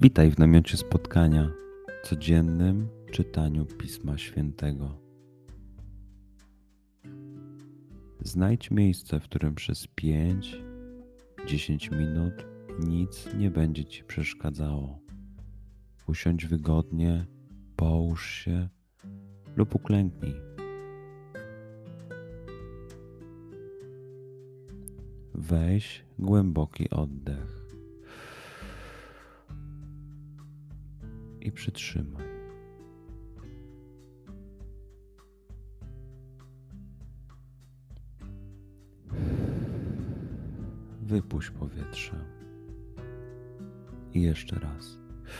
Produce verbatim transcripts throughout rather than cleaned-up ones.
Witaj w namiocie spotkania, codziennym czytaniu Pisma Świętego. Znajdź miejsce, w którym przez pięć do dziesięciu minut nic nie będzie Ci przeszkadzało. Usiądź wygodnie, połóż się lub uklęknij. Weź głęboki oddech i przytrzymaj. Wypuść powietrze. I jeszcze raz.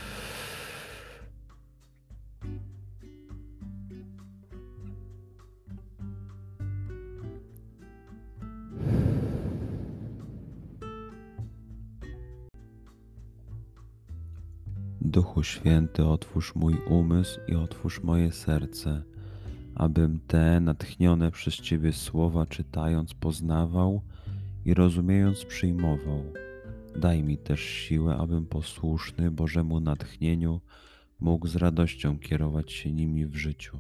Duchu Święty, otwórz mój umysł i otwórz moje serce, abym te natchnione przez Ciebie słowa czytając poznawał i rozumiejąc przyjmował. Daj mi też siłę, abym posłuszny Bożemu natchnieniu mógł z radością kierować się nimi w życiu.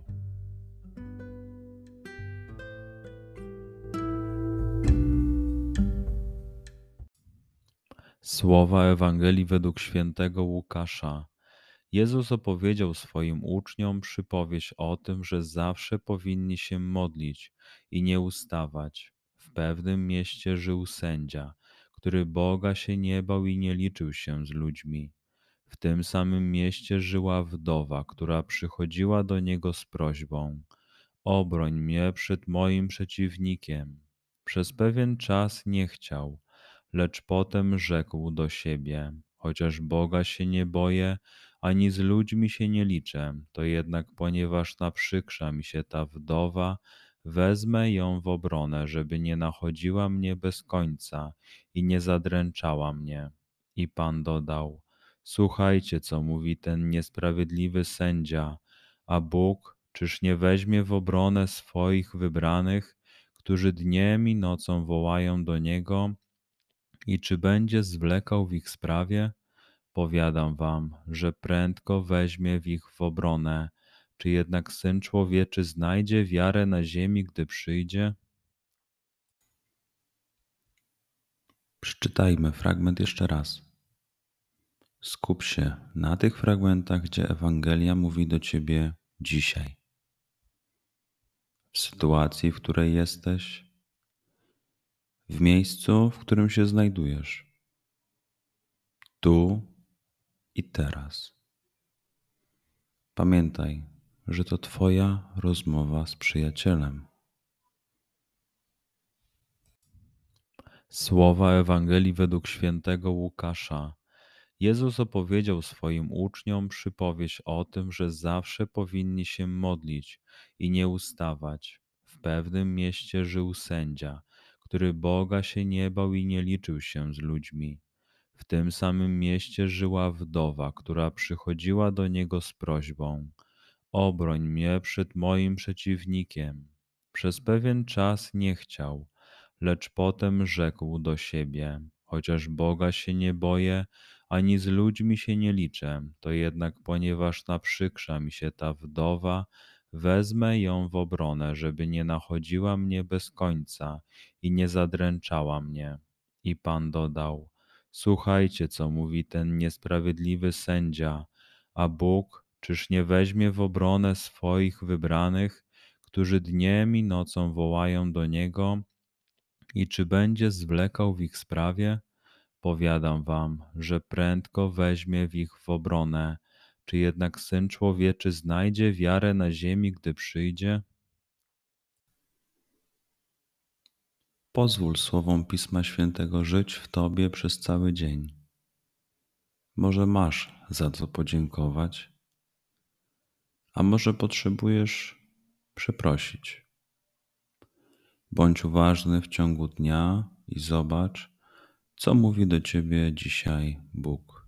Słowa Ewangelii według świętego Łukasza. Jezus opowiedział swoim uczniom przypowieść o tym, że zawsze powinni się modlić i nie ustawać. W pewnym mieście żył sędzia, który Boga się nie bał i nie liczył się z ludźmi. W tym samym mieście żyła wdowa, która przychodziła do niego z prośbą: obroń mnie przed moim przeciwnikiem. Przez pewien czas nie chciał, lecz potem rzekł do siebie: chociaż Boga się nie boję, ani z ludźmi się nie liczę, to jednak ponieważ naprzykrza mi się ta wdowa, wezmę ją w obronę, żeby nie nachodziła mnie bez końca i nie zadręczała mnie. I Pan dodał: słuchajcie, co mówi ten niesprawiedliwy sędzia, a Bóg czyż nie weźmie w obronę swoich wybranych, którzy dniem i nocą wołają do Niego, i czy będzie zwlekał w ich sprawie? Powiadam wam, że prędko weźmie w ich w obronę. Czy jednak Syn Człowieczy znajdzie wiarę na ziemi, gdy przyjdzie? Przeczytajmy fragment jeszcze raz. Skup się na tych fragmentach, gdzie Ewangelia mówi do ciebie dzisiaj. W sytuacji, w której jesteś, w miejscu, w którym się znajdujesz, tu i teraz. Pamiętaj, że to Twoja rozmowa z przyjacielem. Słowa Ewangelii według świętego Łukasza. Jezus opowiedział swoim uczniom przypowieść o tym, że zawsze powinni się modlić i nie ustawać. W pewnym mieście żył sędzia, który Boga się nie bał i nie liczył się z ludźmi. W tym samym mieście żyła wdowa, która przychodziła do niego z prośbą: obroń mnie przed moim przeciwnikiem. Przez pewien czas nie chciał, lecz potem rzekł do siebie: chociaż Boga się nie boję, ani z ludźmi się nie liczę, to jednak ponieważ naprzykrza mi się ta wdowa, wezmę ją w obronę, żeby nie nachodziła mnie bez końca i nie zadręczała mnie. I Pan dodał: słuchajcie, co mówi ten niesprawiedliwy sędzia, a Bóg czyż nie weźmie w obronę swoich wybranych, którzy dniem i nocą wołają do Niego, i czy będzie zwlekał w ich sprawie? Powiadam wam, że prędko weźmie w ich w obronę. Czy jednak Syn Człowieczy znajdzie wiarę na ziemi, gdy przyjdzie? Pozwól słowom Pisma Świętego żyć w Tobie przez cały dzień. Może masz za co podziękować, a może potrzebujesz przeprosić. Bądź uważny w ciągu dnia i zobacz, co mówi do Ciebie dzisiaj Bóg.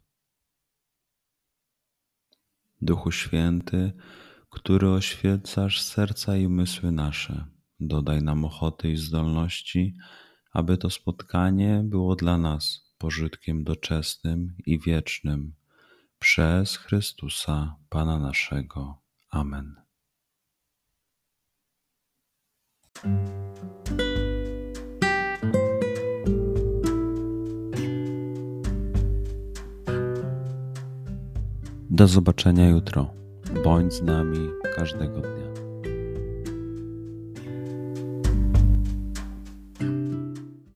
Duchu Święty, który oświecasz serca i umysły nasze, dodaj nam ochoty i zdolności, aby to spotkanie było dla nas pożytkiem doczesnym i wiecznym, przez Chrystusa Pana naszego. Amen. Do zobaczenia jutro. Bądź z nami każdego dnia.